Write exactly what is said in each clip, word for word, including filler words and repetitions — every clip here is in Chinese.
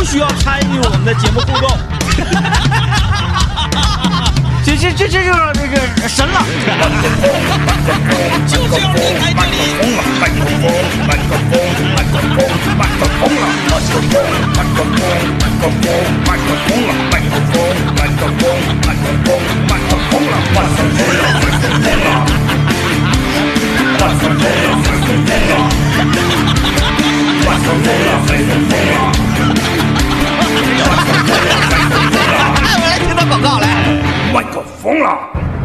需要参与我们的节目互动。这这这这就是这个神了， 就是要离开这里。麦克风，麦克风，麦克风，麦克风了，麦克风，麦克风，麦克风，麦克风了，麦克风，麦克风，麦克风，麦克风了，麦克风了，麦克风了，麦克风了，麦克风了，麦克风了，麦克风了，麦克风了。 我来听到广告来。 麦克风了，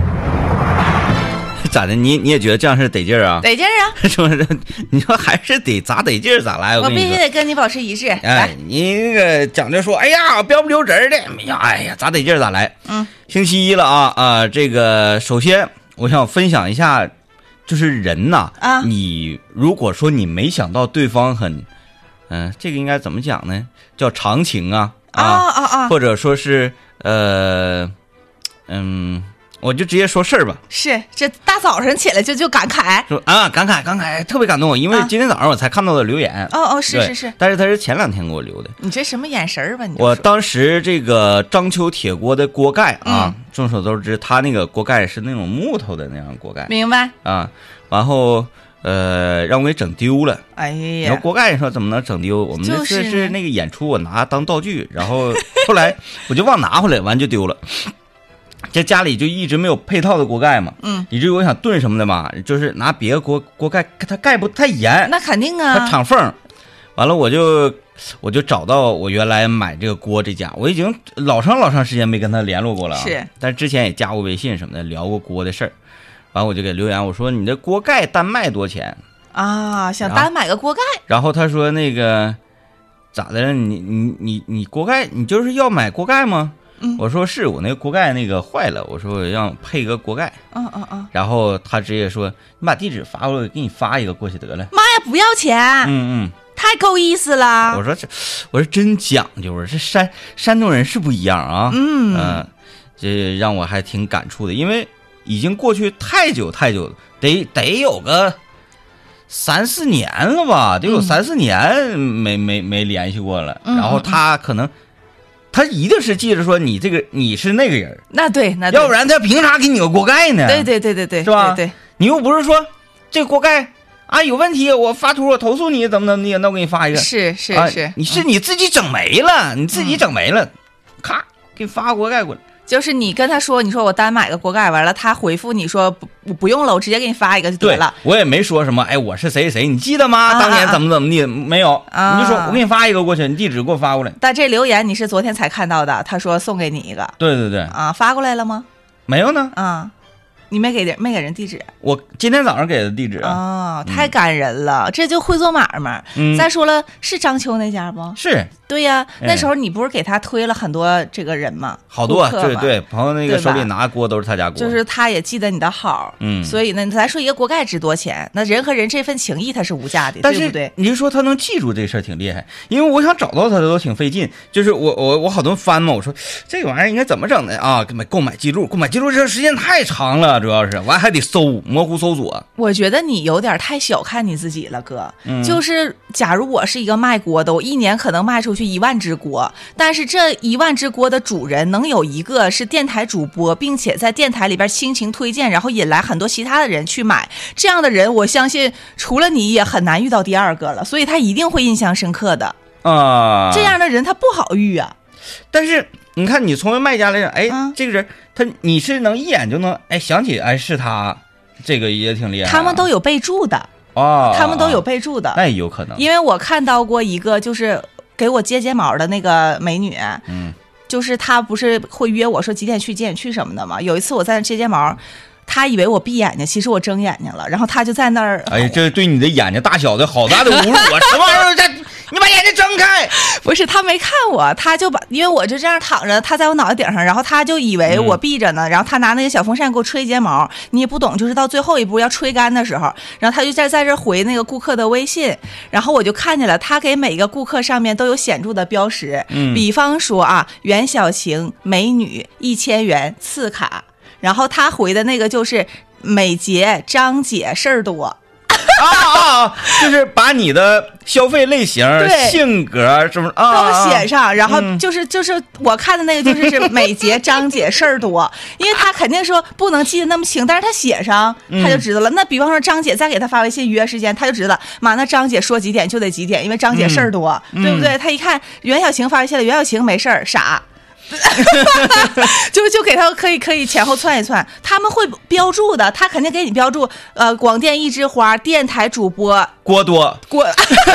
咋的？你你也觉得这样是得劲儿啊？ 得劲儿啊！ 是不是？你说还是得咋得劲儿咋来？ 我跟你说， 必须得跟你保持一致。 哎，你那个讲着说，哎呀，标不溜直的，哎呀，哎呀，咋得劲儿咋来？ 嗯， 星期一了啊啊！这个首先我想分享一下，就是人呐啊， 你如果说你没想到对方很，嗯、呃，这个应该怎么讲呢？叫长情啊啊啊啊， 或者说是呃，嗯。我就直接说事儿吧， 是这大早上起来就就感慨， 说啊感慨感慨，特别感动，因为今天早上我才看到的留言。 哦哦，是是是， 但是他是前两天给我留的。 你这什么眼神吧？你我当时这个章丘铁锅的锅盖啊， 嗯、 众所周知，他那个锅盖是那种木头的那样锅盖， 明白啊？然后呃，让我给整丢了。 哎呀， 你说锅盖，你说怎么能整丢？我们那次是那个演出，我拿当道具，然后后来我就忘拿回来，完就丢了。这家里就一直没有配套的锅盖嘛， 嗯， 以至于我想炖什么的嘛，就是拿别的锅锅盖，它盖不太严， 那肯定啊， 它敞缝。完了我就我就找到我原来买这个锅这家，我已经老长老长时间没跟他联络过了啊， 是， 但是之前也加过微信什么的，聊过锅的事儿。完了我就给留言，我说你这锅盖单卖多少钱啊？想单买个锅盖。 然后他说那个咋的了？你你你你锅盖，你就是要买锅盖吗？ 嗯、 我说是我那个锅盖那个坏了，我说我让配个锅盖。 嗯嗯嗯。 然后他直接说你把地址发过来，给你发一个过去得了。 妈呀，不要钱！ 嗯嗯， 太够意思了。 我说这，我说真讲究，我说这山山东人是不一样啊。 嗯、 呃、这让我还挺感触的，因为已经过去太久太久了，得得有个三四年了吧，得有三四年没、嗯、没没联系过了。 嗯、 然后他可能。他一定是记着说你这个你是那个人， 那对那对， 要不然他凭啥给你个锅盖呢？ 对对对对对， 是吧？ 对对， 你又不是说这个锅盖啊有问题，我发图我投诉你怎么怎么地，那我给你发一个。 是是是、 啊，你是你自己整没了，嗯、你自己整没了，咔给你发个锅盖过来。 就是你跟他说，你说我单买个锅盖，完了他回复你说不不用了，我直接给你发一个就得了。 我也没说什么，哎，我是谁谁，你记得吗？啊、当年怎么怎么地没有？啊、你就说我给你发一个过去，你地址给我发过来。 但这留言你是昨天才看到的，他说送给你一个。 对对对。 啊，发过来了吗？ 没有呢。 啊。你没给人没给人地址？ 我今天早上给的地址啊。哦，太感人了，嗯、这就会做买卖。 嗯。 再说了，是章丘那家不？ 是。 对呀、嗯，那时候你不是给他推了很多这个人吗？ 好多，对对，朋友那个手里拿锅都是他家锅， 就是他也记得你的好， 嗯， 所以呢，咱说一个锅盖值多钱，那人和人这份情谊他是无价的， 但是对不对？ 你就说他能记住这事儿挺厉害，因为我想找到他都挺费劲，就是我我我好多翻嘛，我说这个玩意儿应该怎么整的啊？购买记录，购买记录这时间太长了，主要是完还得搜模糊搜索。 我觉得你有点太小看你自己了，哥， 嗯、 就是假如我是一个卖锅的，我一年可能卖出去一万只锅。但是这一万只锅的主人能有一个是电台主播，并且在电台里边倾情推荐，然后引来很多其他的人去买，这样的人我相信除了你也很难遇到第二个了，所以他一定会印象深刻的啊。 这样的人他不好遇啊。 但是你看你从为卖家来讲，哎、 嗯， 这个人他你是能一眼就能哎想起哎是他，这个也挺厉害、啊。 他们都有备注的哦， 他们都有备注的， 那也有可能， 因为我看到过一个就是给我接睫毛的那个美女， 嗯， 就是她不是会约我说几点去几点去什么的吗？有一次我在那接睫毛，她以为我闭眼睛，其实我睁眼睛了，然后她就在那儿， 哎呀，这对你的眼睛大小的好大的侮辱啊！什么玩意儿？这你把眼睛睁开！ 不是，她没看我，她就把，因为我就这样躺着，她在我脑袋顶上，然后她就以为我闭着呢，嗯、然后她拿那个小风扇给我吹睫毛，你也不懂，就是到最后一步要吹干的时候，然后她就在在这回那个顾客的微信，然后我就看见了，她给每个顾客上面都有显著的标识， 嗯， 比方说啊，袁小晴美女一千元次卡，然后她回的那个就是美杰张姐事儿多。 啊啊，就是把你的消费类型、性格什么啊都写上，然后嗯就是就是我看的那个就是是美节张姐事儿多，因为他肯定说不能记得那么清，但是他写上他就知道了。那比方说张姐再给他发微信约时间，他就知道，妈那张姐说几点就得几点，因为张姐事儿多， 嗯对不对？他一看袁小晴发微信了，袁小晴没事儿傻。就就给他可以可以前后窜一窜，他们会标注的，他肯定给你标注，呃，广电一枝花电台主播锅多过，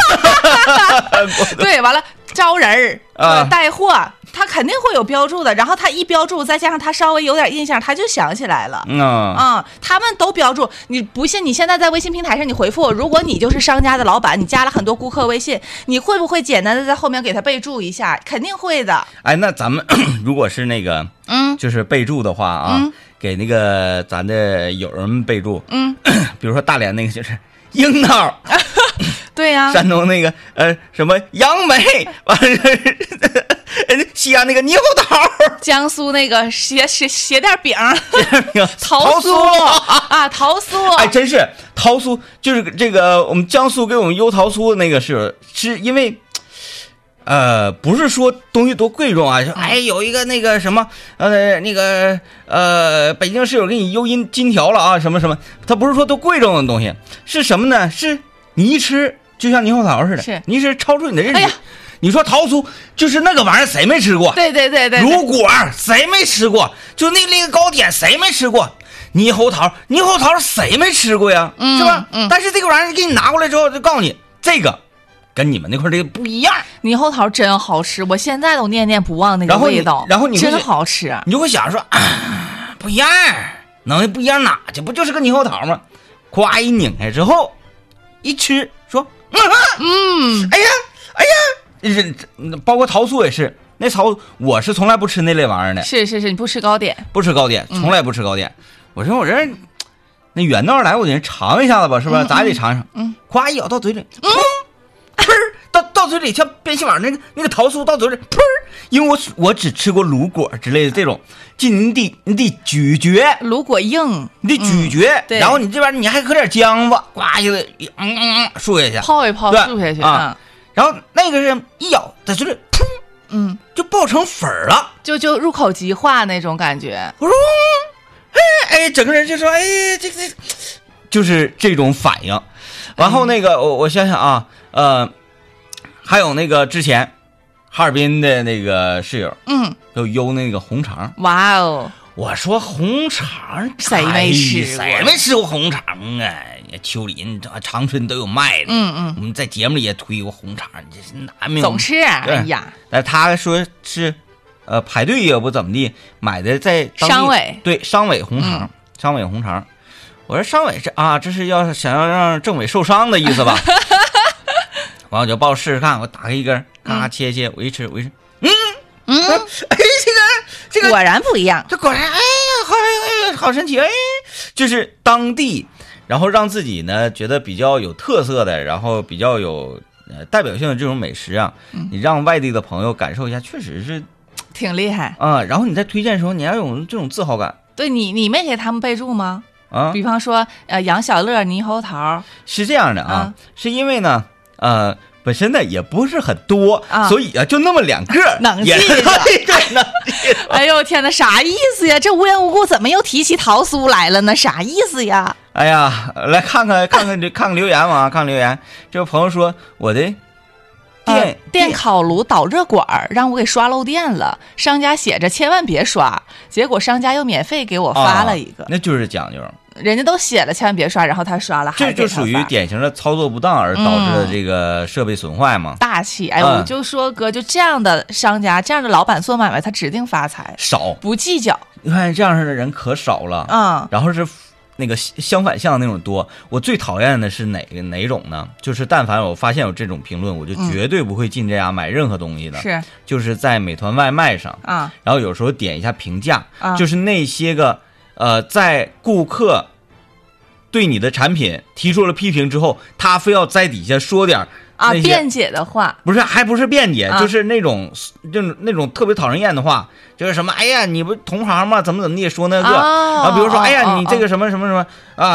对，完了招人儿啊带货，他肯定会有标注的。然后他一标注，再加上他稍微有点印象，他就想起来了。 嗯啊啊、他们都标注，你不信？你现在在微信平台上你回复，如果你就是商家的老板，你加了很多顾客微信，你会不会简单的在后面给他备注一下？肯定会的。 哎，那咱们如果是那个， 嗯， 就是备注的话啊， 嗯给那个咱的友人们备注， 嗯， 比如说大连那个就是樱桃， 对呀、 山东那个呃什么杨梅，完了西安那个猕猴桃， 江苏那个鞋鞋鞋垫饼， 桃酥啊，桃酥， 哎，真是桃酥，就是这个我们江苏给我们邮桃酥的那个是是因为。呃，不是说东西多贵重啊，就哎有一个那个什么呃那个呃北京室友给你邮金金条了啊什么什么，它不是说多贵重的东西，是什么呢？是你一吃就像猕猴桃似的， 是你一吃超出你的认知。 哎呀你说桃酥就是那个玩意儿，谁没吃过？ 对对对对对， 乳果谁没吃过？就那那个糕点谁没吃过？猕猴桃，猕猴桃谁没吃过呀？ 嗯是吧？ 嗯但是这个玩意儿给你拿过来之后，就告诉你这个跟你们那块儿这个不一样。 猕猴桃真好吃，我现在都念念不忘那个然后你味道， 然后你会真觉好吃。 你就会想说，啊、不一样，能不一样哪去？不就是个猕猴桃吗？夸一拧开之后，一吃说，嗯， 嗯， 哎呀，哎呀，这包括桃酥也是，那桃我是从来不吃那类玩意儿的， 是是是，你不吃糕点， 不吃糕点，从来不吃糕点。我说我这那远道而来，我得尝一下子吧，是不是？咱也得尝尝。 嗯， 夸一咬到嘴里，嗯，噗儿到到嘴里像变戏法那个那个桃酥到嘴里，噗儿，因为我我只吃过卤果之类的这种，就你得你得咀嚼， 卤果硬， 你得咀嚼， 嗯对然后你这边你还搁点姜子，呱一个，嗯嗯嗯，漱下去， 泡一泡对漱下去啊。然后那个是一咬在嘴里，噗， 嗯， 就爆成粉儿了。 就就入口即化那种感觉。 我说，哎哎，整个人就说，哎，这这，就是这种反应。然后那个，我我想想啊，呃，还有那个之前哈尔滨的那个室友， 嗯， 就邮那个红肠。 哇哦， 我说红肠谁没吃过谁没吃过红肠啊？秋林、长春都有卖的。 嗯嗯， 我们在节目里也推过红肠，这是难没有总吃啊， 对哎呀， 但他说是，呃，排队也不怎么地，买的在当地商委对商委红肠， 嗯商委红肠。我说商委这啊，这是要想要让政委受伤的意思吧？完我就抱试试看，我打开一根，咔咔切切，我一吃我一吃，嗯嗯， 哎，这个这个果然不一样。 这果然，哎呀，好哎呀，好神奇，哎，就是当地，然后让自己呢觉得比较有特色的，然后比较有呃代表性的这种美食啊， 嗯你让外地的朋友感受一下，确实是挺厉害。 啊、然后你在推荐的时候，你要有这种自豪感对你，你没给他们备注吗？ 啊。 比方说，呃，杨小乐、猕猴桃， 是这样的啊， 嗯是因为呢，呃。本身呢也不是很多， 啊所以啊就那么两个， 能记也着对对能记着。 哎呦天哪，啥意思呀？这无缘无故怎么又提起桃酥来了呢？啥意思呀？ 哎呀，来看看看看这看看留言嘛，看看留言。这位朋友说我的呃电、 电烤炉导热管儿让我给刷漏电了，商家写着千万别刷，结果商家又免费给我发了一个， 啊那就是讲究。 人家都写了千万别刷，然后他刷了，还这给他就属于发典型的操作不当而导致的这个设备损坏嘛。 大气。哎， 嗯我就说哥，就这样的商家，这样的老板做买卖，他指定发财， 少， 不计较。 你看这样式的人可少了。 嗯， 然后是那个相反向那种多。我最讨厌的是哪个哪种呢？就是但凡我发现有这种评论，我就绝对不会进这家买任何东西的。 是就是在美团外卖上， 啊， 然后有时候点一下评价， 啊就是那些个呃，在顾客对你的产品提出了批评之后，他非要在底下说点啊， 那些辩解的话， 不是，还不是辩解， 啊就是那种就是那种特别讨人厌的话，就是什么，哎呀，你不同行吗？怎么怎么地说那个， 哦啊，比如说， 哦哎呀， 哦你这个什么什么什么啊，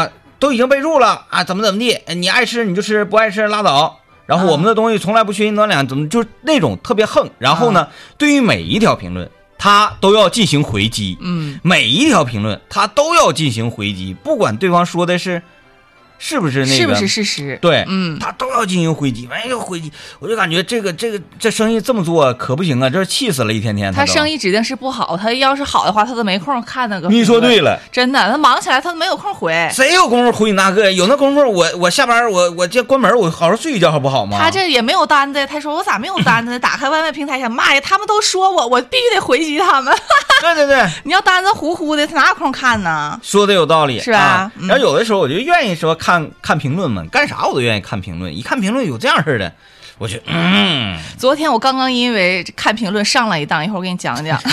都已经备注了啊，怎么怎么地，你爱吃你就吃，不爱吃拉倒。然后我们的东西从来不缺斤短两，怎么就是那种特别横。然后呢，对于每一条评论，他都要进行回击。 嗯， 每一条评论他都要进行回击，不管对方说的是是不是那个是不是事实？ 对， 嗯， 他都要进行回击。完一个回击，我就感觉这个这个这生意这么做可不行啊，这是气死了，一天天他都生意指定是不好，他要是好的话，他都没空看那个。 你说对了， 真的，他忙起来他都没有空回。 谁有功夫回你那个？有那功夫，我我下班我我这关门，我好好睡一觉，好不好吗？ 他这也没有单子，他说我咋没有单子呢？打开外卖平台想妈呀，他们都说我，我必须得回击他们。 对对对， 你要单子糊糊的，他哪有空看呢？ 说的有道理， 是吧？ 啊嗯、 然后有的时候我就愿意说看看评论嘛，干啥我都愿意看评论。一看评论有这样式的，我就嗯。 昨天我刚刚因为看评论上了一当，一会儿我给你讲讲。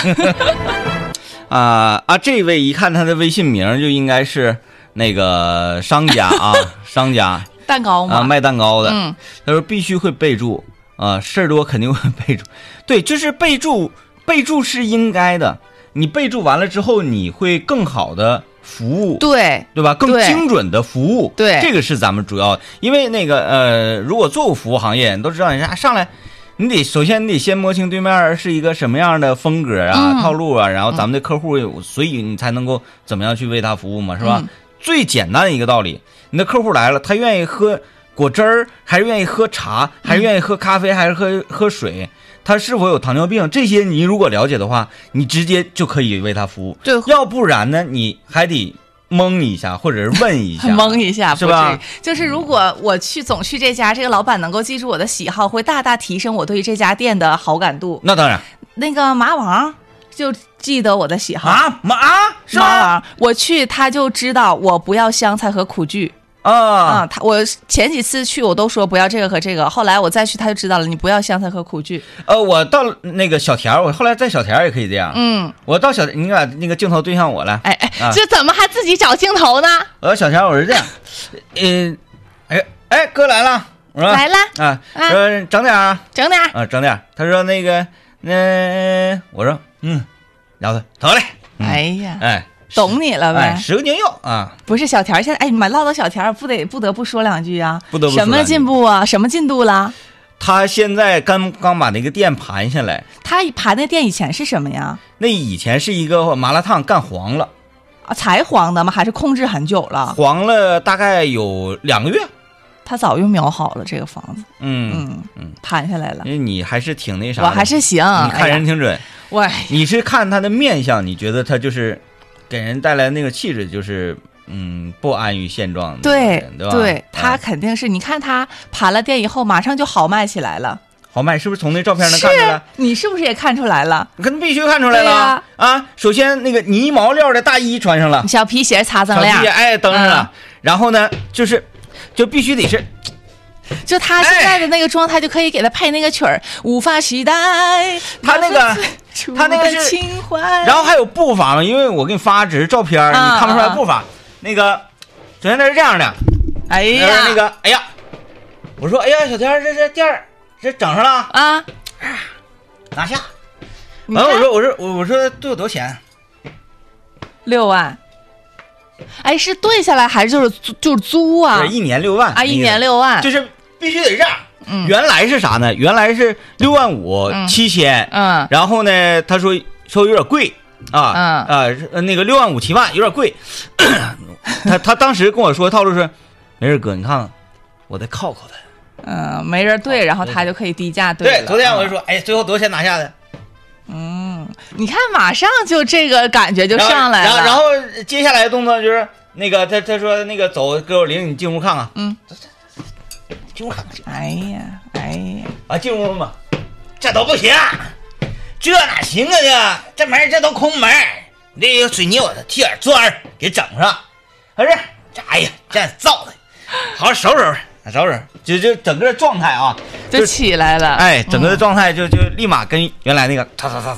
啊啊！这位一看他的微信名就应该是那个商家啊，商家蛋糕嘛， 啊，卖蛋糕的。 嗯， 他说必须会备注啊，事儿多肯定会备注。对，就是备注，备注是应该的。你备注完了之后，你会更好的服务， 对对吧？更精准的服务， 对， 这个是咱们主要。因为那个呃，如果做服务行业，你都知道，人家上来。你得首先你得先摸清对面是一个什么样的风格啊、嗯、套路啊，然后咱们的客户，嗯、所以你才能够怎么样去为他服务嘛，是吧？嗯、最简单的一个道理，你的客户来了，他愿意喝果汁儿，还是愿意喝茶，还是愿意喝咖啡，还是喝喝水？他是否有糖尿病？这些你如果了解的话，你直接就可以为他服务。 对， 要不然呢，你还得。蒙一下，或者是问一下， 蒙一下， 是吧？ 就是如果我去总去这家，这个老板能够记住我的喜好，会大大提升我对这家店的好感度。 那当然， 那个马王就记得我的喜好啊，马啊，是吗？ 马王，我去他就知道我不要香菜和苦苣。 啊啊！他我前几次去我都说不要这个和这个，后来我再去他就知道了，你不要香菜和苦苣。 呃，我到那个小田，我后来在小田也可以这样。 嗯， 我到小，你把那个镜头对向我来。 哎哎， 啊、 这怎么还自己找镜头呢？ 我到小田我是这样，呃，哎哎，哥来了，我说来了啊，说整点啊， 整点啊，整点。他说那个，那、呃、我说嗯，然后得嘞。 嗯、哎呀， 哎。 懂你了呗， 哎，十个精佑啊！ 不是小田，现在哎，你们唠到小田，不得不得不说两句啊！ 不得不说什么进步啊？什么进度了？ 他现在刚刚把那个店盘下来。 他盘那店以前是什么呀？ 那以前是一个麻辣烫，干黄了啊？才黄的吗？还是控制很久了？ 黄了大概有两个月。 他早就瞄好了这个房子， 嗯嗯嗯，盘下来了。 因为你还是挺那啥的， 我还是行， 你看人挺准。 喂、 哎，你是看他的面相，你觉得他就是。给人带来那个气质，就是嗯不安于现状的， 对对吧？ 对，他肯定是，你看他盘了店以后，马上就豪迈起来了。 豪迈是不是从那照片能看出来？ 你是不是也看出来了？ 肯定必须看出来了啊！啊，首先那个呢毛料的大衣穿上了， 小皮鞋擦锃亮， 小皮鞋哎登上了，嗯、然后呢，就是就必须得是。 就他现在的那个状态，就可以给他配那个曲儿，无法期待。 他那个，他那个是情怀， 然后还有步伐嘛，因为我给你发只是照片， 啊、 你看不出来步伐。啊、那个，首先他是这样的， 哎呀， 那个，哎呀，我说，哎呀，小天，这这店儿这整上了啊， 拿下。然后我说，我说，我我说对我多少钱？ 六万。哎，是对下来还是就是就是租啊？ 一年六万啊，一年六万， 就是必须得这样。 嗯， 原来是啥呢？原来是六万五七千， 嗯， 然后呢，他说说有点贵啊， 嗯啊，那个六万五七万有点贵。他他当时跟我说套路是，没事哥，你看看，我再靠靠他。 嗯，没人对，然后他就可以低价对了。 对，昨天我就说，哎，最后多少钱拿下的？ 嗯，你看，马上就这个感觉就上来了。 然后，然后接下来的动作就是那个，他他说那个走，给我领你进屋看看。 嗯， 进屋看看。 哎呀，哎呀， 啊，进屋吧，这都不行，这哪行啊？这这门这都空门，你得有水泥，我贴点砖给整上。可是这哎呀，这样造的，好好收拾收拾，就就整个状态啊， 就起来了。 哎，整个的状态就就立马跟原来那个擦擦擦擦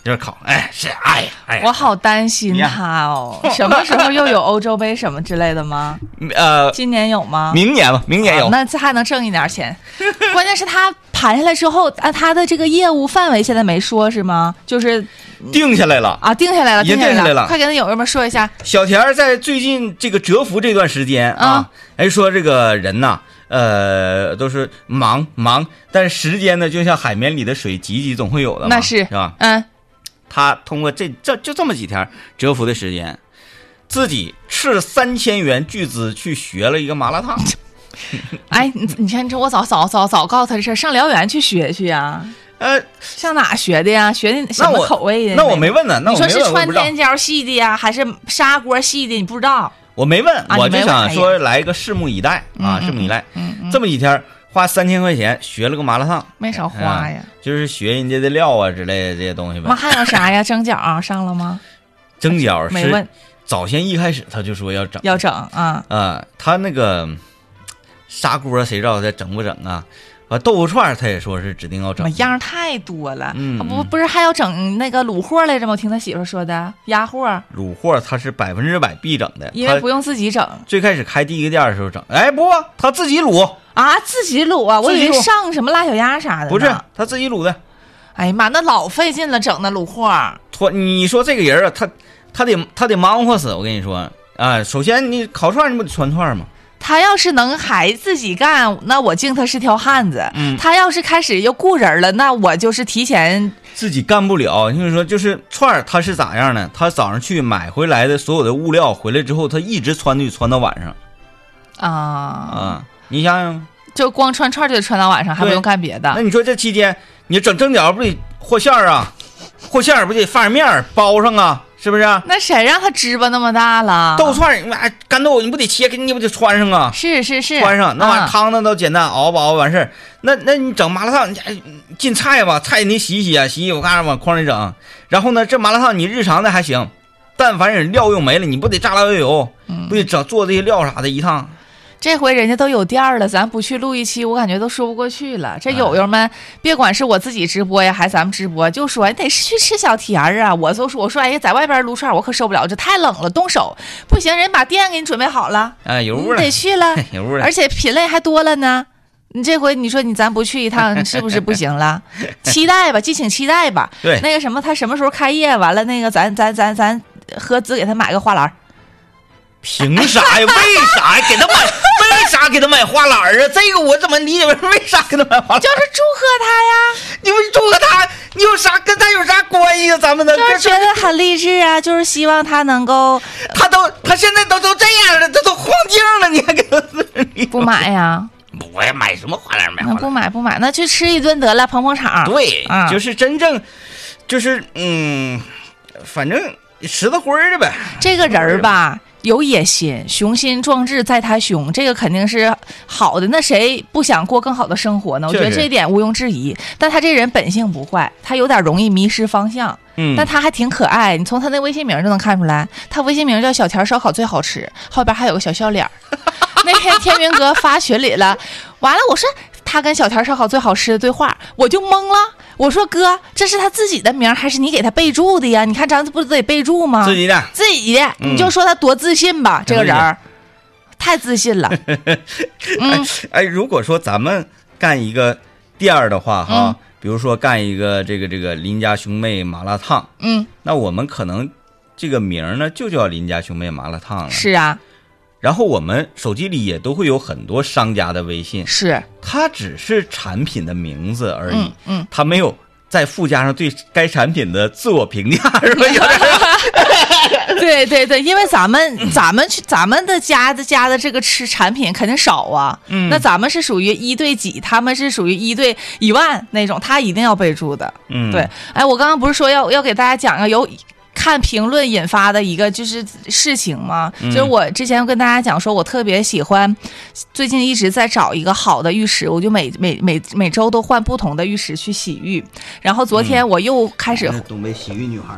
就是考，哎是，哎呀哎呀， 我好担心他哦，什么时候又有欧洲杯什么之类的吗？ 呃， 今年有吗？ 明年吧，明年有。 啊、那这还能挣一点钱，关键是他盘下来之后，啊，他的这个业务范围现在没说是吗？就是定下来了啊，定下来了， 已经定下来了。 快给那友友们说一下， 小田在最近这个蛰伏这段时间啊，哎、嗯、说这个人呐。呃，都是忙忙，但是时间呢，就像海绵里的水，挤挤总会有的嘛， 那是是吧？ 嗯， 他通过这这就这么几天蛰伏的时间，自己斥三千元巨资去学了一个麻辣烫。 哎，你你看这我早早早早告诉他这事，上辽源去学去呀。 呃， 上哪学的呀？学的什么口味的？ 那我没问呢。那我你说是川天椒系的呀，还是砂锅系的？你不知道。 我没问， 啊、 我就想说来一个拭目以待啊，拭目以待。 嗯嗯、 这么几天花三千块钱学了个麻辣烫， 没少花呀、 嗯，就是学人家的料啊之类的这些东西呗。 妈还有啥呀？蒸饺、啊、上了吗？ 蒸饺没问。 早先一开始他就说要整， 要整啊啊，他那个砂锅谁知道他整不整啊？啊，豆腐串他也说是指定要整， 样太多了。 嗯， 啊、不不是还要整那个卤货来着吗？我听他媳妇说的鸭货。 卤货他是百分之百必整的， 因为不用自己整。 最开始开第一个店的时候整，哎不，他自己卤啊，自己卤啊，我以为上什么辣小鸭啥的。 不是，他自己卤的。 哎呀妈，那老费劲了，整那卤货。 托你说这个人啊，他他得他得忙活死，我跟你说啊，首先你烤串你不得串串吗？ 他要是能还自己干，那我敬他是条汉子。 嗯， 他要是开始又雇人了，那我就是提前自己干不了。就是说，就是串他是咋样呢？他早上去买回来的所有的物料，回来之后他一直穿就穿到晚上。 啊啊，你想想， 就光串串就得穿到晚上，还不用干别的。 那你说这期间你整蒸饺不得和馅儿啊？和馅儿不得发点面包上啊？是不是、啊？ 那谁让他支巴那么大了？ 豆串儿，哎，干豆你不得切，你不得穿上啊？ 是是是， 穿上那玩意儿、 嗯、 汤那都简单，熬吧熬完事儿。那那你整麻辣烫，你进菜吧，菜你洗洗啊，洗洗我看着往筐里整。然后呢，这麻辣烫你日常的还行，但凡是料用没了，你不得炸辣油油， 嗯、 不得整做这些料啥的一趟。 这回人家都有店儿了，咱不去录一期，我感觉都说不过去了。这友友们，别管是我自己直播呀，还是咱们直播，就说得去吃小田儿啊。我就说，我说，哎呀，在外边撸串我可受不了，这太冷了，动手不行。人把店给你准备好了， 哎，有屋了， 你得去了， 有屋了， 而且品类还多了呢。你这回你说你咱不去一趟，是不是不行了？期待吧，敬请期待吧。 对， 那个什么，他什么时候开业？完了，那个咱咱咱咱合资给他买个花篮。 凭啥呀？为啥呀？给他买？为啥给他买花篮啊？这个我怎么理解为为啥给他买花篮？ 就是祝贺他呀！ 你们祝贺他，你有啥跟他有啥关系啊？咱们的就是觉得很励志啊，就是希望他能够， 他都他现在都都这样了，他都晃镜了，你还给他不买呀？ 我也买什么花篮？买花篮不买不买，那去吃一顿得了，捧捧场。 对， 啊、 就是真正，就是嗯，反正实在灰的呗。 这个人儿吧。有野心，雄心壮志在他胸，这个肯定是好的。那谁不想过更好的生活呢？我觉得这一点毋庸置疑。但他这人本性不坏，他有点容易迷失方向。 嗯， 但他还挺可爱，你从他那微信名就能看出来，他微信名叫小田烧烤最好吃，后边还有个小笑脸。那天天明哥发群里了，完了我说他跟小田烧烤最好吃的对话，我就懵了。我说哥，这是他自己的名还是你给他备注的呀？你看咱不得备注吗？ 自己的， 自己的，你就说他多自信吧，嗯、这个人儿太自信了。 嗯，哎，如果说咱们干一个店儿的话，哈、嗯，比如说干一个这个这个邻家兄妹麻辣烫， 嗯， 那我们可能这个名呢就叫邻家兄妹麻辣烫了。 是啊。 然后我们手机里也都会有很多商家的微信， 是它只是产品的名字而已， 嗯，嗯它没有再附加上对该产品的自我评价，是吧？ 对对对，因为咱们咱们去咱们的家的家的这个吃产品肯定少啊， 嗯， 那咱们是属于一对几，他们是属于一对一万那种，他一定要备注的， 嗯， 对，哎，我刚刚不是说要要给大家讲个有。看评论引发的一个就是事情嘛， 嗯、 就是我之前跟大家讲说，我特别喜欢，最近一直在找一个好的浴室，我就每每每每周都换不同的浴室去洗浴。然后昨天我又开始、 嗯、东北洗浴女孩，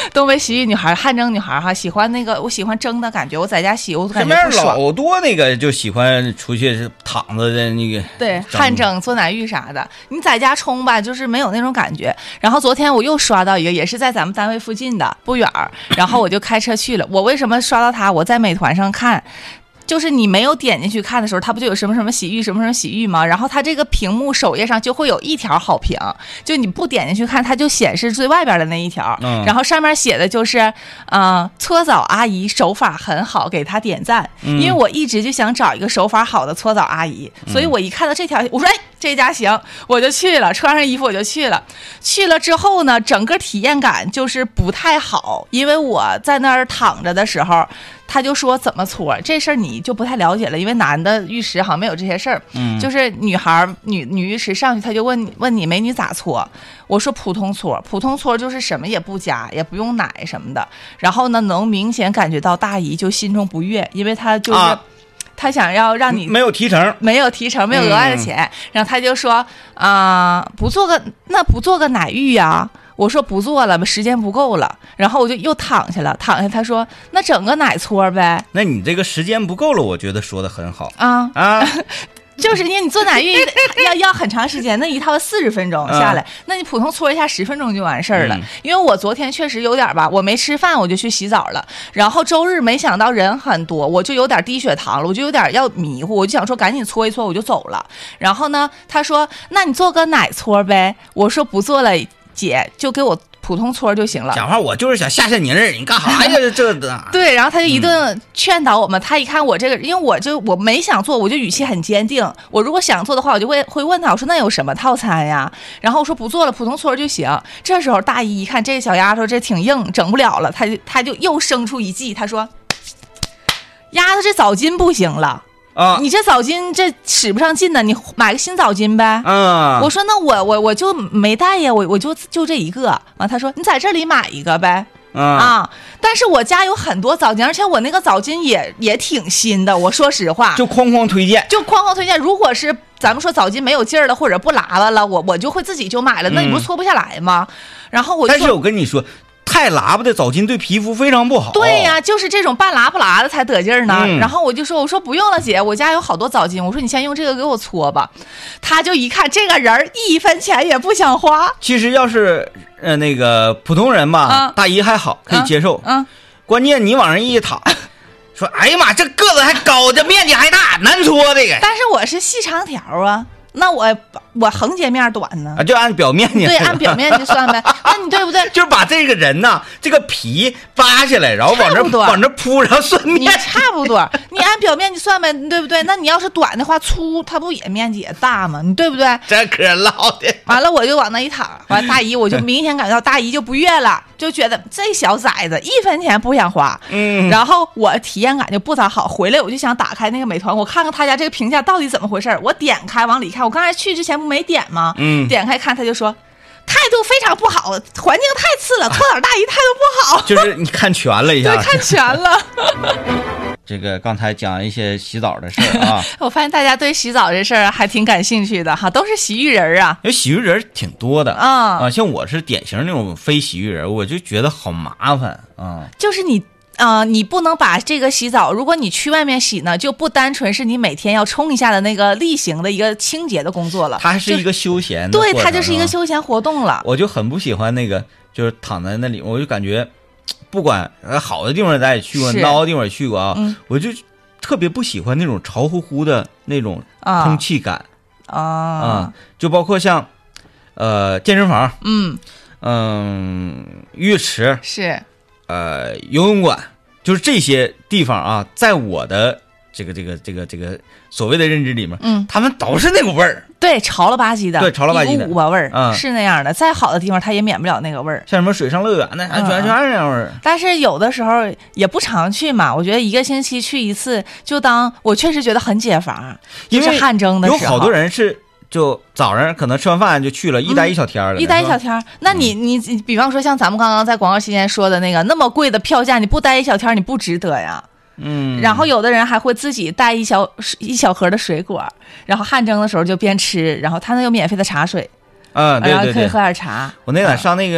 东北洗浴女孩、汗蒸女孩哈，喜欢那个我喜欢蒸的感觉，我在家洗我感身边觉不爽。 老多那个就喜欢出去躺着的那个， 对，汗蒸、做奶浴啥的，你在家冲吧，就是没有那种感觉。然后昨天我又刷到一个，也是在咱们单位附近的，不远儿，然后我就开车去了。我为什么刷到它？我在美团上看。就是你没有点进去看的时候，它不就有什么什么洗浴什么什么洗浴吗？然后它这个屏幕首页上就会有一条好评，就你不点进去看，它就显示最外边的那一条， 嗯、 然后上面写的就是，呃，搓澡阿姨手法很好，给她点赞。 嗯、 因为我一直就想找一个手法好的搓澡阿姨，所以我一看到这条，我说哎，这家行，我就去了，穿上衣服我就去了。去了之后呢，整个体验感就是不太好，因为我在那儿躺着的时候。他就说怎么搓这事儿你就不太了解了，因为男的浴池好像没有这些事儿， 嗯， 就是女孩女女浴池上去他就问你问你美女咋搓，我说普通搓，普通搓就是什么也不加，也不用奶什么的，然后呢能明显感觉到大姨就心中不悦，因为他就是。啊他想要让你没有提成， 没有提成，没有额外的钱，嗯、然后他就说啊、呃，不做个那不做个奶浴呀？我说不做了，时间不够了。然后我就又躺下了，躺下他说那整个奶搓呗。 那你这个时间不够了，我觉得说的很好啊啊。 就是因为你做奶浴要要很长时间，那一套四十分钟下来，嗯、那你普通搓一下十分钟就完事儿了。嗯、因为我昨天确实有点吧，我没吃饭我就去洗澡了，然后周日没想到人很多，我就有点低血糖了，我就有点要迷糊，我就想说赶紧搓一搓我就走了。然后呢，他说那你做个奶搓呗，我说不做了，姐就给我。普通搓就行了。 讲话我就是想吓吓你儿，你干啥呀？这的。 对，然后他就一顿劝导我们。嗯、他一看我这个，因为我就我没想做，我就语气很坚定。我如果想做的话，我就会会问他，我说那有什么套餐呀？然后我说不做了，普通搓就行。这时候大姨一看这小丫头这挺硬，整不了了，他就他就又生出一计，他说：“丫头这澡巾不行了。”啊，你这澡巾这使不上劲呢，你买个新澡巾呗。 嗯， 我说那我我我就没带呀，我我就就这一个。完，他说你在这里买一个呗。 嗯、 啊，但是我家有很多澡巾，而且我那个澡巾也也挺新的。我说实话， 就哐哐推荐， 就哐哐推荐。如果是咱们说澡巾没有劲儿了，或者不拉拉了，我我就会自己就买了。那你不搓不下来吗？嗯、然后我就但是我跟你说。太喇叭的澡巾对皮肤非常不好。 对呀、啊，就是这种半拉不拉的才得劲儿呢、 嗯。 然后我就说，我说不用了，姐，我家有好多澡巾。我说你先用这个给我搓吧。他就一看这个人一分钱也不想花。 其实要是呃那个普通人吧，啊、大姨还好可以接受。 嗯、啊， 关键你往上一躺，说哎呀妈，这个子还高，这面积还大，难搓这个。 但是我是细长条啊。那我我横截面短呢、 啊，就按表面积， 对，按表面积算呗。那你对不对？ 就是把这个人呐，这个皮扒下来，然后往这往这铺，然后算面积。 你差不多，你按表面积算呗，对不对？那你要是短的话，粗它不也面积也大吗？你对不对？ 这可唠的。 完了，我就往那一躺，完了大姨我就明显感觉到大姨就不悦了，就觉得这小崽子一分钱不想花。 嗯。 然后我体验感就不咋好，回来我就想打开那个美团，我看看他家这个评价到底怎么回事。我点开往里看。我刚才去之前不没点吗？ 嗯， 点开看他就说态度非常不好，环境太次了，搓澡大姨态度不好。 就是你看全了一下， 对，看全了。 这个刚才讲一些洗澡的事儿啊， 我发现大家对洗澡这事儿还挺感兴趣的哈，都是洗浴人啊。 因为洗浴人挺多的啊、 嗯、啊，像我是典型那种非洗浴人，我就觉得好麻烦啊、嗯。 就是你。呃，你不能把这个洗澡，如果你去外面洗呢，就不单纯是你每天要冲一下的那个例行的一个清洁的工作了， 它还是一个休闲的，对，它就是一个休闲活动了。 我就很不喜欢那个，就是躺在那里，我就感觉，不管好的地方咱也去过，孬的地方也去过啊、嗯，我就特别不喜欢那种潮乎乎的那种空气感啊啊、嗯，就包括像呃健身房， 嗯嗯，浴池是。 呃，游泳馆就是这些地方啊，在我的这个这个这个这个所谓的认知里面， 嗯， 他们都是那股味儿， 对，潮了吧唧的， 对，潮了吧唧的， 一股股味儿， 嗯， 是那样的。再好的地方，它也免不了那个味儿。 像什么水上乐园呢，全全是那样味儿。 但是有的时候也不常去嘛，我觉得一个星期去一次，就当我确实觉得很解乏，就是汗蒸的时候。 有好多人是。就早上可能吃完饭就去了，一待一小天了、 嗯，一待一小天。那你你比方说像咱们刚刚在广告期间说的那个那么贵的票价，你不待一小天你不值得呀。 嗯。 然后有的人还会自己带一小一小盒的水果，然后汗蒸的时候就边吃，然后他那有免费的茶水， 嗯，对对对， 然后可以喝点茶。 我那天上那个、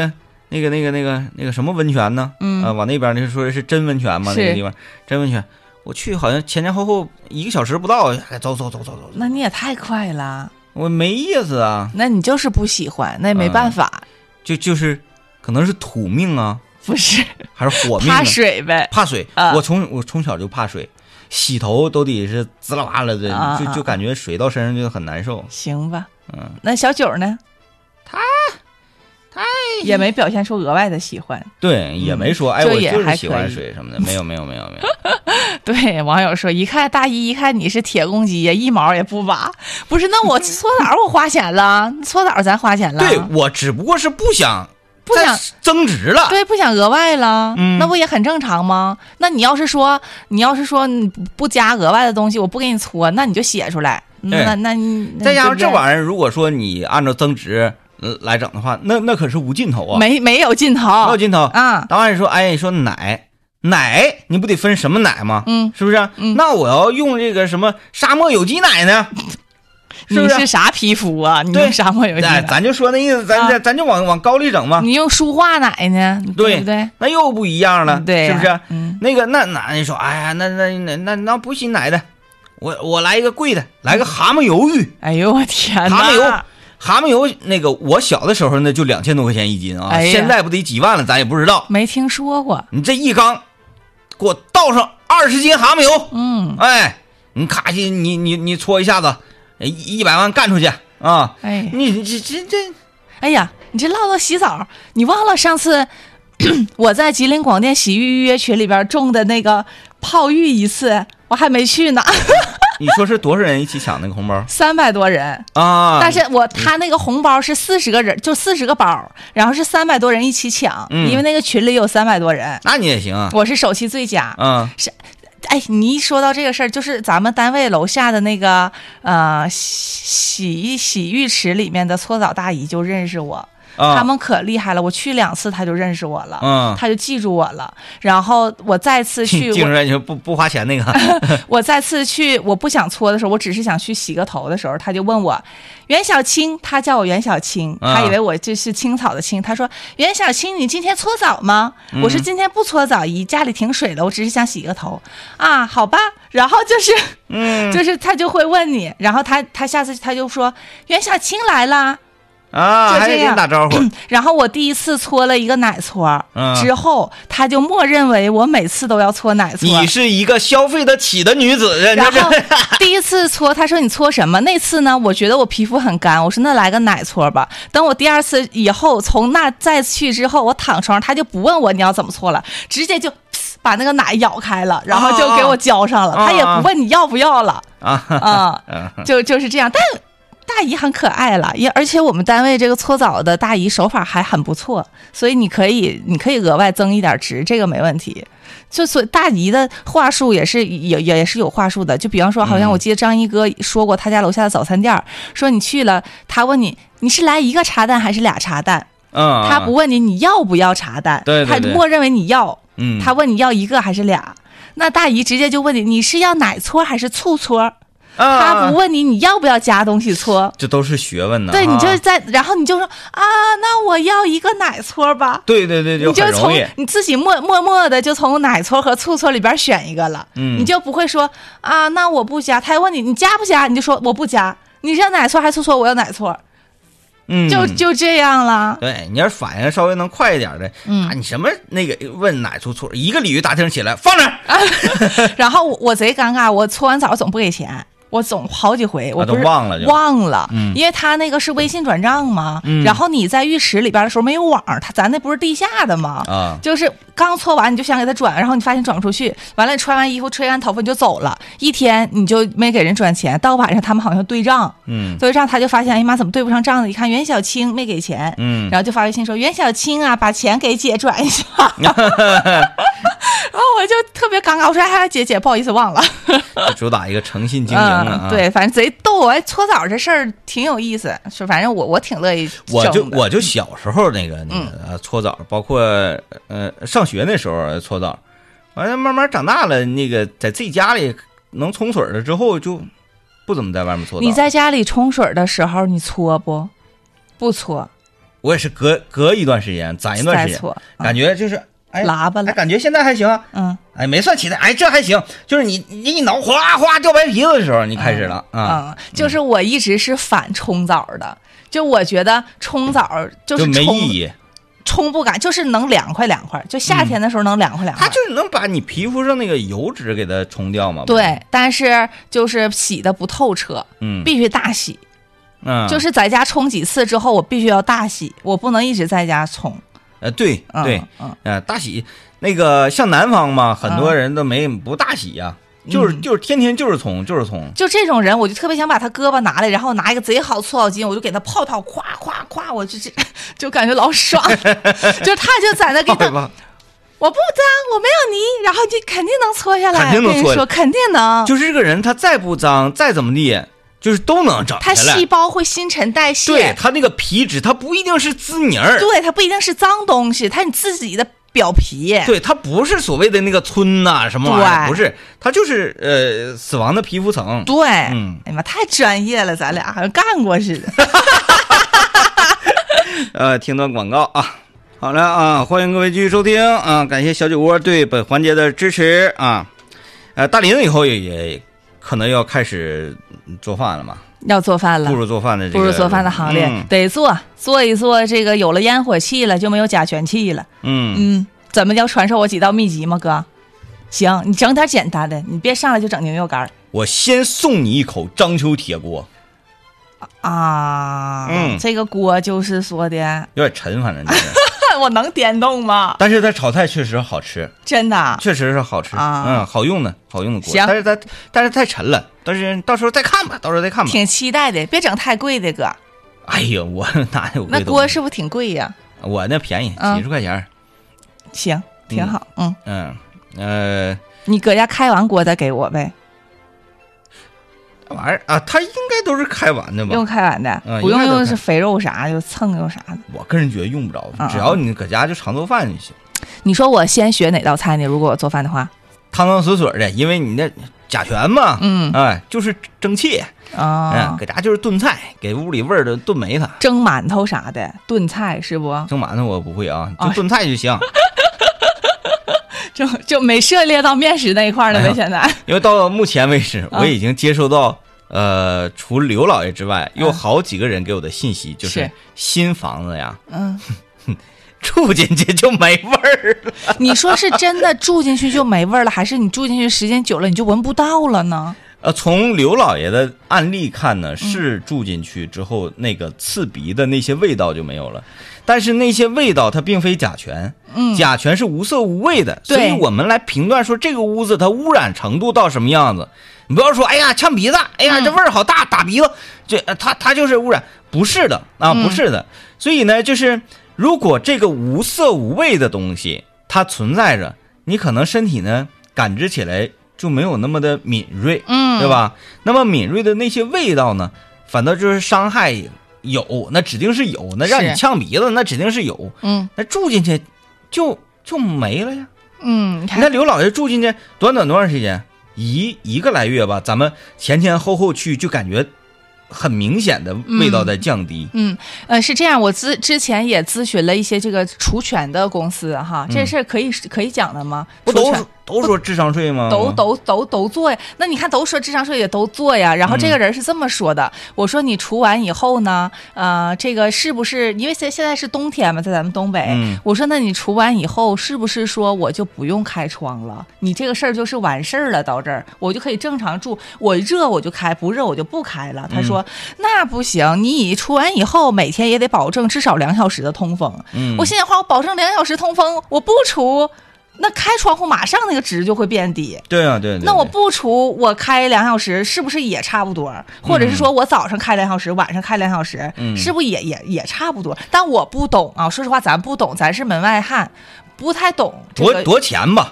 那个那个那个那个什么温泉呢？ 嗯啊，往那边那说的是真温泉吗？ 是那个地方真温泉，我去好像前前后后一个小时不到，哎走走走走走， 那你也太快了， 我没意思啊， 那你就是不喜欢，那也没办法， 嗯、就就是可能是土命啊， 不是还是火命、啊？ 怕水呗， 怕水。 啊、 我从我从小就怕水。洗头都得是滋啦哇啦的， 啊、 就就感觉水到身上就很难受。 行吧， 嗯， 那小九呢？ 他他也没表现出额外的喜欢， 对，也没说、 嗯、 哎，我就就是喜欢水什么的，没有没有没有没有。 对，网友说，一看大一，一看你是铁公鸡呀，一毛也不拔。不是，那我搓澡我花钱了，搓澡咱花钱了。 对，我只不过是不想。 不想增值了， 对，不想额外了， 嗯， 那不也很正常吗？那你要是说，你要是说你不加额外的东西，我不给你搓，那你就写出来。那那你再加上这玩意儿，如果说你按照增值来整的话，那那可是无尽头啊， 没没有尽头， 没有尽头啊。 当然说，哎，你说奶奶，你不得分什么奶吗？ 嗯， 是不是？ 嗯， 那我要用这个什么沙漠有机奶呢？是是你是啥皮肤啊？你用沙漠有机奶？ 咱就说那意思，咱、啊、咱就往往高里整嘛。 你用舒化奶呢？对不对？ 那又不一样了， 对、啊， 是不是？ 嗯， 那个那那你说，哎呀，那那那那那不洗奶的，我我来一个贵的，来个蛤蟆油浴。 哎呦我天哪！ 蛤蟆油，蛤蟆油那个我小的时候呢就两千多块钱一斤啊， 哎、 现在不得几万了，咱也不知道。 没听说过。 你这一缸，给我倒上二十斤蛤蟆油， 嗯， 哎，你咔叽，你你你搓一下子。一一百万干出去啊！ 哎， 你这这这， 哎呀，你这唠唠洗澡，你忘了上次我在吉林广电洗浴预约群里边中的那个泡浴一次，我还没去呢。 你说是多少人一起抢那个红包？ 三百多人啊！ 但是我他那个红包是四十个人，就四十个包，然后是三百多人一起抢， 嗯、 因为那个群里有三百多人。 那你也行啊！ 我是首期最佳。 嗯， 是。哎，你一说到这个事儿，就是咱们单位楼下的那个呃洗洗浴池里面的搓澡大姨就认识我。 啊、 他们可厉害了，我去两次他就认识我了， 嗯， 他就记住我了。然后我再次去， 记住你说不不花钱那个。 我再次去，我不想搓的时候，我只是想去洗个头的时候，他就问我袁小青，他叫我袁小青，他以为我这是青草的青。他说袁小青，你今天搓澡吗？ 嗯、 我说今天不搓澡，姨家里停水了，我只是想洗个头啊，好吧。然后就是， 嗯， 就是他就会问你，然后他他下次他就说袁小青来啦。 啊，还得给你打招呼。 然后我第一次搓了一个奶搓， 嗯、 之后他就默认为我每次都要搓奶搓。 你是一个消费得起的女子。 然后第一次搓，他说你搓什么？那次呢，我觉得我皮肤很干，我说那来个奶搓吧。等我第二次以后，从那再去之后，我躺床上，他就不问我你要怎么搓了，直接就把那个奶舀开了，然后就给我浇上了， 啊、 他也不问你要不要了啊啊，就就是这样，但。大姨很可爱了，也而且我们单位这个搓澡的大姨手法还很不错，所以你可以你可以额外增一点值，这个没问题。就所以大姨的话术也是也也是有话术的，就比方说，好像我记得张一哥说过，他家楼下的早餐店，说你去了，他问你你是来一个茶蛋还是俩茶蛋？ 嗯， 他不问你你要不要茶蛋， 对对对， 他默认为你要， 嗯， 他问你要一个还是俩，那大姨直接就问你你是要奶搓还是醋搓？他不问你你要不要加东西搓， 这都是学问呢。 对，你就是在，然后你就说啊，那我要一个奶搓吧。 对对对， 就很容易。 你就从你自己默默默的就从奶搓和醋搓里边选一个了。 嗯， 你就不会说啊，那我不加。他问你你加不加，你就说我不加。你是要奶搓还是醋搓？我要奶搓。 嗯， 就就这样了。 对，你要是反应稍微能快一点的， 嗯， 啊、你什么那个问奶搓搓，一个鲤鱼打听起来放那儿、 啊，然后我贼尴尬，我搓完澡总不给钱。我总好几回，我不是忘了忘了， 嗯， 因为他那个是微信转账嘛， 嗯， 然后你在浴池里边的时候没有网，他咱那不是地下的嘛， 啊， 就是刚搓完你就想给他转，然后你发现转不出去，完了你穿完衣服吹完头发你就走了，一天你就没给人转钱，到晚上他们好像对账， 嗯， 对账他就发现，哎妈怎么对不上账呢？一看袁小青没给钱， 嗯， 然后就发微信说袁小青啊，把钱给姐转一下。然后我就特别尴尬，我说哎姐姐不好意思忘了， 主打一个诚信经营啊、 嗯，对，反正贼逗。哎，搓澡这事儿挺有意思，是反正我我挺乐意。 我就我就小时候那个那个、 嗯、 搓澡，包括呃上学那时候搓澡，完了慢慢长大了，那个在自己家里能冲水了之后，就不怎么在外面搓澡。 你在家里冲水的时候，你搓不？不搓。 我也是隔隔一段时间攒一段时间， 错感觉就是哎喇叭了哎，感觉现在还行， 嗯， 哎没算起来，哎这还行，就是你你一挠哗哗掉白皮子的时候，你开始了啊、 嗯嗯，就是我一直是反冲澡的，就我觉得冲澡就是就没冲意义。 冲不感，就是能凉快凉快，就夏天的时候能凉快凉快。 它就是能把你皮肤上那个油脂给它冲掉嘛。 对，但是就是洗的不透彻， 嗯， 必须大洗。 嗯， 就是在家冲几次之后，我必须要大洗，我不能一直在家冲。 呃，对嗯对， 嗯呃，大洗那个像南方嘛，很多人都没不大洗呀，就是就是天天就是冲就是冲。 就这种人，我就特别想把他胳膊拿来，然后拿一个贼好搓澡巾，我就给他泡一泡，咵咵咵，我就这就感觉老爽。就是他就在那给他，我不脏，我没有泥，然后就肯定能搓下来。 肯定能搓跟你说，肯定能。 就是这个人，他再不脏，再怎么地，就是都能整他下来。 细胞会新陈代谢， 对他那个皮脂，它不一定是滋泥儿， 对，它不一定是脏东西，它是你自己的表皮。 对，它不是所谓的那个皴呐、什么玩意儿， 对不是，它就是呃死亡的皮肤层。 对， 嗯， 哎呀妈，太专业了，咱俩好像干过似的。 呃，听段广告啊。好了啊，欢迎各位继续收听啊！感谢小酒窝对本环节的支持啊！呃，大林以后也也可能要开始做饭了嘛， 要做饭了， 步入做饭的这个步入做饭的行列， 嗯、 得做做一做。这个有了烟火气了，就没有甲醛气了。 嗯嗯，怎么要传授我几道秘籍吗，哥？行，你整点简单的，你别上来就整牛肉干。 我先送你一口章丘铁锅啊！ 嗯， 这个锅就是说的有点沉，反正就是。 我能颠动吗？ 但是它炒菜确实好吃， 真的， 确实是好吃啊， 嗯，好用的，好用的锅。 行， 但是它但是太沉了，但是到时候再看吧，到时候再看吧。 挺期待的，别整太贵的哥。 哎呀，我哪有贵？ 那锅是不是挺贵呀？ 我那便宜，几十块钱。 行，挺好，嗯嗯呃， 你搁家开完锅再给我呗。 玩意儿啊，它应该都是开完的吧？ 用开完的， 嗯、 不用用是肥肉啥就蹭又啥的。 我个人觉得用不着，只要你搁家就常做饭就行。 你说我先学哪道菜呢？如果我做饭的话， 汤汤水水的，因为你那甲醛嘛， 嗯， 哎，就是蒸汽啊， 嗯，搁家就是炖菜，给屋里味儿都炖没它。 蒸馒头啥的，炖菜是不？ 蒸馒头我不会啊，就炖菜就行。哦就就没涉猎到面食那一块了呗，哎、现在。 因为到目前为止，我已经接收到、嗯、呃，除刘老爷之外，有好几个人给我的信息，就是新房子呀， 嗯， 住进去就没味儿了。 你说是真的住进去就没味儿了，还是你住进去时间久了你就闻不到了呢？ 呃，从刘老爷的案例看呢，是住进去之后、嗯、那个刺鼻的那些味道就没有了。但是那些味道它并非甲醛，嗯，甲醛是无色无味的，所以我们来评断说这个屋子它污染程度到什么样子。你不要说，哎呀，呛鼻子，哎呀，这味儿好大，打鼻子，这它它就是污染，不是的啊，不是的。嗯、所以呢，就是如果这个无色无味的东西它存在着，你可能身体呢感知起来就没有那么的敏锐，嗯，对吧？那么敏锐的那些味道呢，反倒就是伤害。有，那指定是有，那让你呛鼻子，那指定是有。 嗯， 那住进去就就没了呀。 嗯， 你看刘老爷住进去短短多长时间？一一个来月吧，咱们前前后后去就感觉很明显的味道在降低。 嗯，嗯呃，是这样，我之之前也咨询了一些这个除醛的公司哈，这事儿可以、嗯、可以讲的吗？ 不都都说智商税吗？ 都都都都做呀。那你看，都说智商税也都做呀。然后这个人是这么说的：嗯、我说你除完以后呢，呃，这个是不是因为现现在是冬天嘛，在咱们东北？ 嗯、 我说那你除完以后，是不是说我就不用开窗了？你这个事儿就是完事儿了，到这儿我就可以正常住。我热我就开，不热我就不开了。他说、嗯、那不行，你除完以后每天也得保证至少两小时的通风。 嗯、 我心想话，我保证两小时通风，我不除。那开窗户马上那个值就会变低。 对啊，对, 对, 对。 那我不除，我开两小时，是不是也差不多？或者是说我早上开两小时，嗯、晚上开两小时， 嗯、 是不是也也也差不多？但我不懂啊，说实话，咱不懂，咱是门外汉，不太懂、这个。 多多钱吧？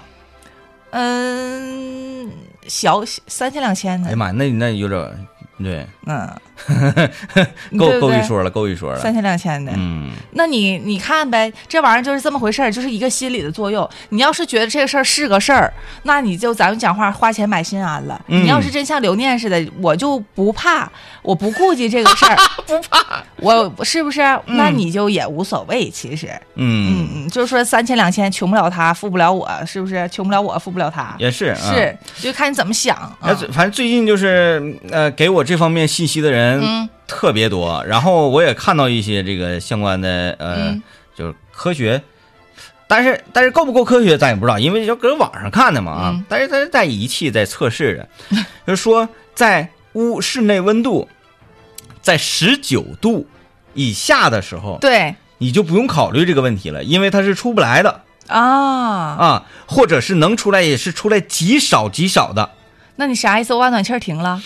嗯，小三千两千的。 哎呀妈，那那有点对。 嗯， 够对不对够一说了，够一说了。 三千两千的， 嗯， 那你你看呗，这玩意儿就是这么回事儿，就是一个心理的作用。你要是觉得这个事儿是个事儿，那你就咱们讲话花钱买心安了。 嗯、 你要是真像刘念似的，我就不怕，我不顾及这个事儿， 不怕， 我是不是？那你就也无所谓，其实， 嗯嗯嗯，就是说三千两千穷不了他，富不了我，是不是？穷不了我，富不了他， 也是是，就看你怎么想。 啊、反正最近就是呃，给我这方面信息的人。 嗯特别多，然后我也看到一些这个相关的呃， 嗯、 就是科学，但是但是够不够科学咱也不知道，因为就搁网上看的嘛啊。 嗯、 但是它是在仪器在测试的，就是说在屋室内温度在十九度以下的时候， 对， 你就不用考虑这个问题了，因为它是出不来的啊啊，或者是能出来也是出来极少极少的。 那你啥意思？我把暖气停了。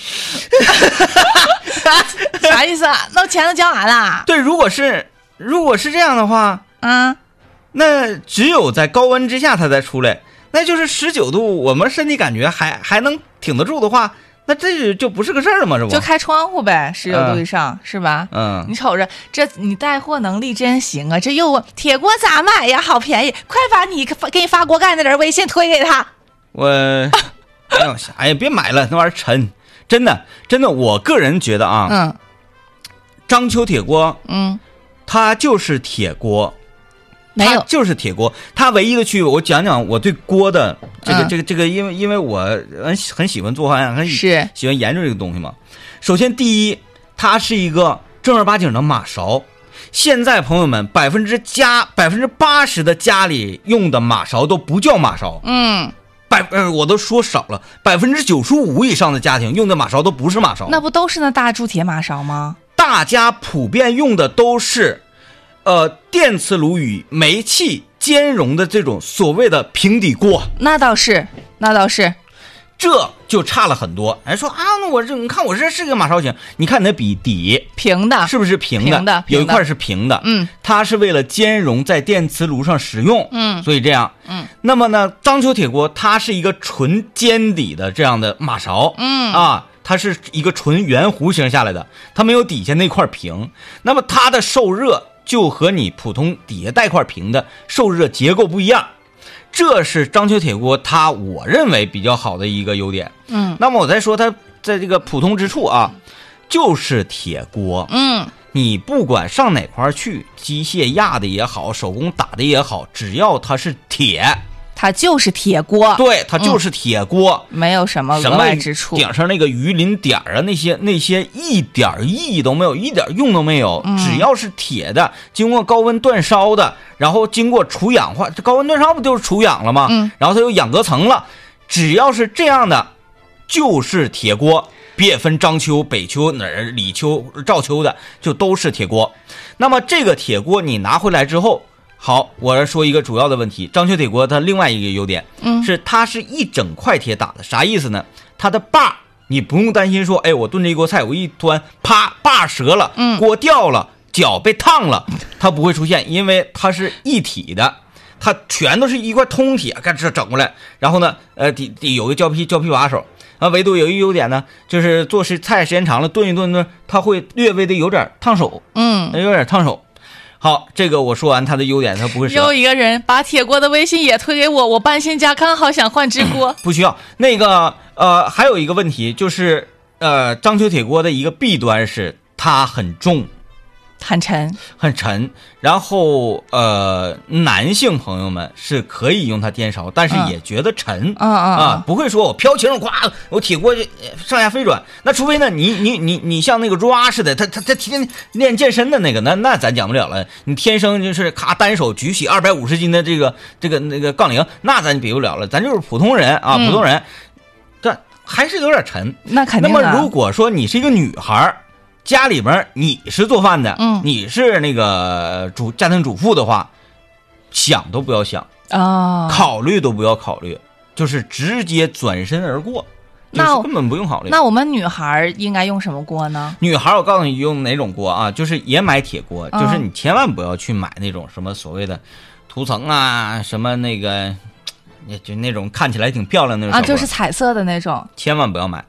啥意思啊？那钱都交完了？ 对，如果是如果是这样的话， 啊， 那只有在高温之下它才出来，那就是十九度，我们身体感觉还还能挺得住的话，那这就不是个事儿嘛，是不？ 就开窗户呗，十九度以上、嗯、是吧？ 嗯， 你瞅着这，你带货能力真行啊！这又铁锅咋买呀？好便宜，快把你给你发锅盖那人微信推给他。 我，哎呦，哎呀，别买了，那玩意儿沉。真的，真的，我个人觉得啊， 嗯， 章丘铁锅， 嗯， 它就是铁锅， 没有， 它就是铁锅。它唯一的区别，我讲讲我对锅的这个、 嗯、 这个这个，因为因为我很很喜欢做饭，很是喜欢研究这个东西嘛。首先，第一，它是一个正儿八经的马勺。现在朋友们，百分之加百分之八十的家里用的马勺都不叫马勺， 嗯。 百呃，我都说少了，百分之九十五以上的家庭用的马勺都不是马勺， 那不都是那大铸铁马勺吗？ 大家普遍用的都是，呃，电磁炉与煤气兼容的这种所谓的平底锅。 那倒是，那倒是， 这就差了很多。哎，说啊，那我这你看我这是个马勺型，你看你的笔底平的， 是不是平的？ 平的， 有一块是平的， 嗯， 它是为了兼容在电磁炉上使用， 嗯， 所以这样， 嗯。 那么呢，章丘铁锅它是一个纯尖底的这样的马勺， 嗯啊，它是一个纯圆弧形下来的，它没有底下那块平。那么它的受热就和你普通底下带块平的受热结构不一样。这是章丘铁锅它我认为比较好的一个优点。 嗯， 那么我再说它在这个普通之处啊，就是铁锅。 嗯， 你不管上哪块去，机械压的也好，手工打的也好，只要它是铁， 它就是铁锅。 对，它就是铁锅， 嗯、没有什么额外之处。 顶上那个鱼鳞点啊，那些那些一点意义都没有，一点用都没有。 嗯、 只要是铁的，经过高温煅烧的，然后经过除氧化，这高温煅烧不就是除氧了吗？ 嗯， 然后它有氧隔层了，只要是这样的，就是铁锅。别分章丘、北丘、哪儿、里丘、赵丘的，就都是铁锅。那么这个铁锅你拿回来之后，好，我来说一个主要的问题。章丘铁锅它另外一个优点， 嗯， 是它是一整块铁打的，啥意思呢？它的把你不用担心说，哎，我炖这一锅菜，我一端，啪，把折了， 嗯， 锅掉了，脚被烫了，它不会出现，因为它是一体的。它全都是一块通铁，看这整过来，然后呢，呃，底底有个胶皮胶皮把手，啊，唯独有一个优点呢，就是做时菜时间长了，炖一炖呢，它会略微的有点烫手， 嗯， 有点烫手。好，这个我说完它的优点，它不会折。 又一个人把铁锅的微信也推给我，我搬新家，刚好想换只锅， 不需要。那个呃，还有一个问题就是，呃，章丘铁锅的一个弊端是它很重。 很沉， 很沉。然后呃，男性朋友们是可以用它颠勺，但是也觉得沉， 嗯嗯啊，不会说我飘情，呱，我铁锅就上下飞转。那除非呢，你你你你像那个 Ra 似的，他他他天天练健身的那个，那那咱讲不了了。你天生就是咔单手举起二百五十斤的这个这个那个杠铃，那咱比不了了。咱就是普通人啊，普通人，这、嗯、还是有点沉。 那肯定的。 那么如果说你是一个女孩，家里边你是做饭的， 嗯，你是那个主家庭主妇的话，想都不要想啊、哦， 考虑都不要考虑，就是直接转身而过，就是根本不用考虑。 那我们女孩应该用什么锅呢？ 女孩，我告诉你用哪种锅啊？就是也买铁锅， 嗯、 就是你千万不要去买那种什么所谓的涂层啊，什么那个，就那种看起来挺漂亮的那种啊，就是彩色的那种， 千万不要买。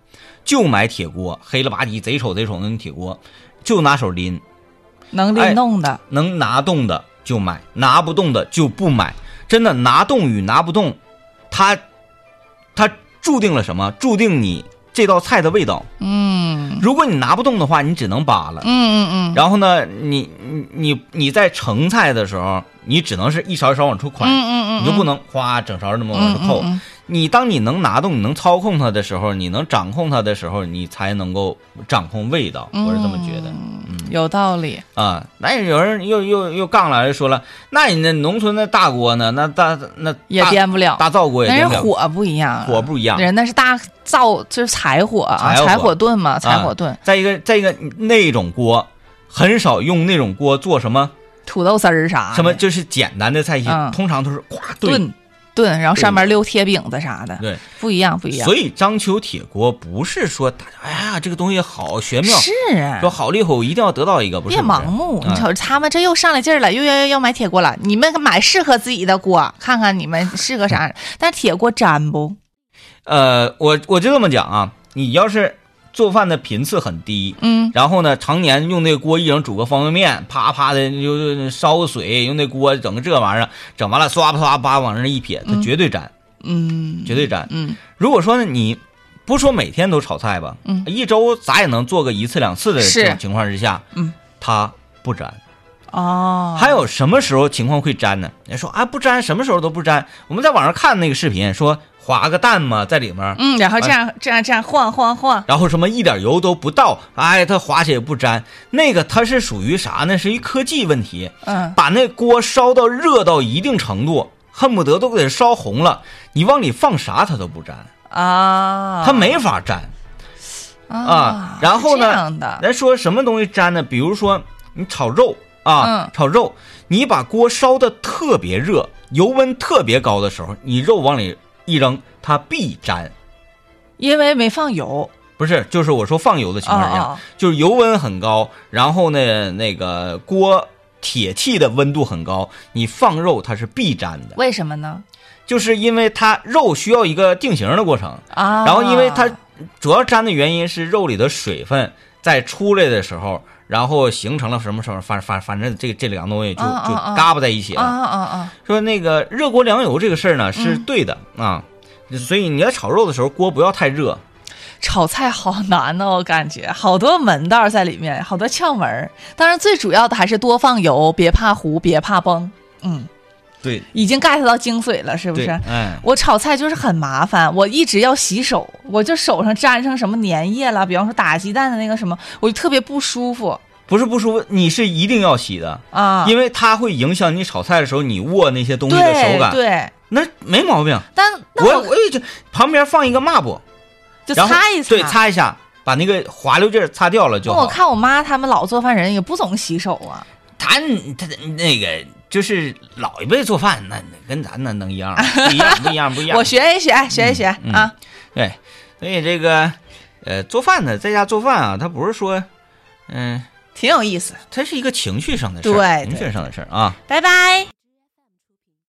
就买铁锅，黑了吧唧贼丑贼丑那种铁锅，就拿手拎， 能拎动的、哎、 能拿动的就买，拿不动的就不买。真的拿动与拿不动，它它注定了什么？注定你这道菜的味道。 嗯， 如果你拿不动的话，你只能扒了。 嗯嗯嗯。 然后呢，你你你你在盛菜的时候，你只能是一勺一勺往出蒯， 嗯嗯嗯， 你就不能哗整勺这么往出扣。 嗯嗯嗯， 你当你能拿动、你能操控它的时候，你能掌控它的时候，你才能够掌控味道。 嗯、 我是这么觉得。嗯， 有道理啊。那有人又又又杠了，就说了，那你那农村的大锅呢？那大那也颠不了， 大灶锅也颠不了， 人火不一样， 火不一样， 人那是大灶，就是柴火啊，柴火炖嘛，柴火炖。 啊、再一个，再一个那种锅，很少用那种锅做什么土豆丝儿啥， 什么就是简单的菜系， 嗯、 通常都是咵炖。炖，然后上面溜贴饼子啥的， 对， 不一样，不一样。 所以章丘铁锅不是说大家哎呀这个东西好玄妙， 是啊， 说好了以后我一定要得到一个，不是别盲目。 嗯、 你瞅他们这又上来劲儿了，又要要买铁锅了。你们买适合自己的锅，看看你们适合啥。但是铁锅粘不？ 呃，我我就这么讲啊，你要是做饭的频次很低， 嗯， 然后呢，常年用那个锅一整煮个方便面，啪啪的就烧个水，用那锅整个这玩意儿，整完了唰唰叭往那一撇，它绝对粘， 嗯， 绝对粘， 嗯。 如果说呢，你不说每天都炒菜吧， 嗯， 一周咱也能做个一次两次的这种情况之下， 嗯， 它不粘。 哦， 还有什么时候情况会粘呢？人说啊不粘，什么时候都不粘。我们在网上看那个视频说。划个蛋嘛，在里面， 嗯，然后这样、哎、这样这样晃晃晃， 然后什么一点油都不倒，哎，它划起也不粘。那个它是属于啥呢？是一科技问题。 嗯， 把那锅烧到热到一定程度，恨不得都给烧红了，你往里放啥它都不粘啊， 它没法粘啊, 啊。然后呢，咱说什么东西粘呢？比如说你炒肉啊， 嗯、 炒肉，你把锅烧的特别热，油温特别高的时候，你肉往里一扔，它必粘， 因为没放油。 不是，就是我说放油的情况下， 哦哦就是油温很高，然后呢，那个锅铁器的温度很高，你放肉它是必粘的。 为什么呢？ 就是因为它肉需要一个定型的过程啊， 然后因为它主要粘的原因是肉里的水分在出来的时候。然后形成了什么什么，反反反正这这两个东西就、 啊、 就嘎巴在一起了。 啊啊啊！ 说那个热锅凉油这个事儿呢是对的、嗯、啊，所以你在炒肉的时候锅不要太热。 炒菜好难哦，我感觉好多门道在里面，好多窍门。当然最主要的还是多放油，别怕糊，别怕崩。嗯， 对， 已经 get 到精髓了，是不是？ 哎， 我炒菜就是很麻烦，我一直要洗手，我就手上沾上什么粘液了，比方说打鸡蛋的那个什么，我就特别不舒服。 不是不舒服，你是一定要洗的啊， 因为它会影响你炒菜的时候你握那些东西的手感。 对，对那没毛病。 但那我我也就旁边放一个抹布， 就擦一擦， 对，擦一下，把那个滑溜劲擦掉了就好。 我看我妈他们老做饭人也不总洗手啊。 他他那个就是老一辈做饭，那跟咱那能一样？不一样，不一样，不一样。 我学一学，学一学、 嗯嗯、 啊。 对，所以这个呃，做饭呢，在家做饭啊，它不是说嗯。 挺有意思， 它是一个情绪上的事儿， 对， 情绪上的事儿啊。 拜拜。